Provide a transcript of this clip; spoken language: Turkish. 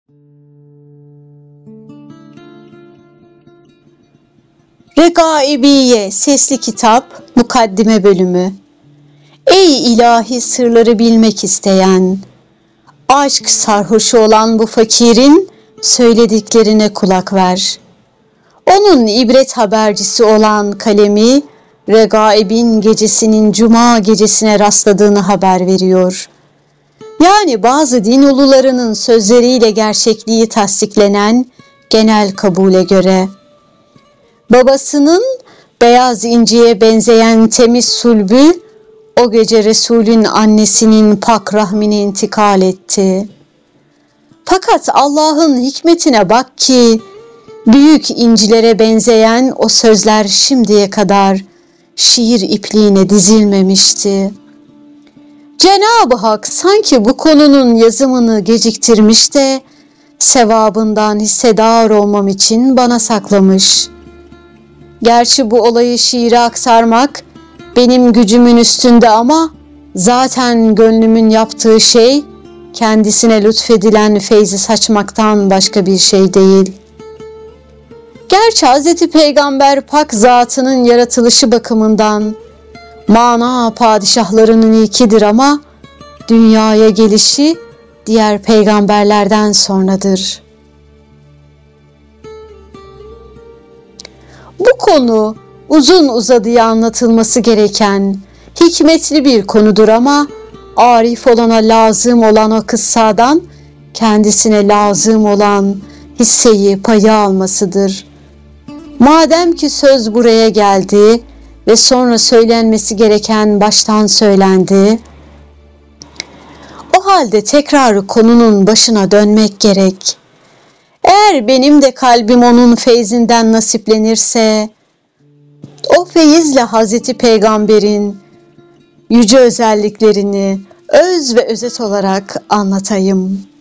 Regaibiye Sesli Kitap Mukaddime Bölümü. Ey ilahi sırları bilmek isteyen, aşk sarhoşu olan bu fakirin söylediklerine kulak ver. Onun ibret habercisi olan kalemi, Regaib'in gecesinin cuma gecesine rastladığını haber veriyor. Yani bazı din ulularının sözleriyle gerçekliği tasdiklenen genel kabule göre. Babasının beyaz inciye benzeyen temiz sulbü o gece Resul'ün annesinin pak rahmine intikal etti. Fakat Allah'ın hikmetine bak ki büyük incilere benzeyen o sözler şimdiye kadar şiir ipliğine dizilmemişti. Cenab-ı Hak sanki bu konunun yazımını geciktirmiş de sevabından hissedar olmam için bana saklamış. Gerçi bu olayı şiire aktarmak benim gücümün üstünde ama zaten gönlümün yaptığı şey kendisine lütfedilen feyzi saçmaktan başka bir şey değil. Gerçi Hz. Peygamber pak zatının yaratılışı bakımından mana padişahlarının ilkidir ama dünyaya gelişi diğer peygamberlerden sonradır. Bu konu uzun uzadıya anlatılması gereken hikmetli bir konudur ama arif olana lazım olan o kıssadan kendisine lazım olan hisseyi payı almasıdır. Madem ki söz buraya geldi ve sonra söylenmesi gereken baştan söylendi, o halde tekrar konunun başına dönmek gerek. Eğer benim de kalbim onun feyzinden nasiplenirse, o feyizle Hazreti Peygamber'in yüce özelliklerini öz ve özet olarak anlatayım.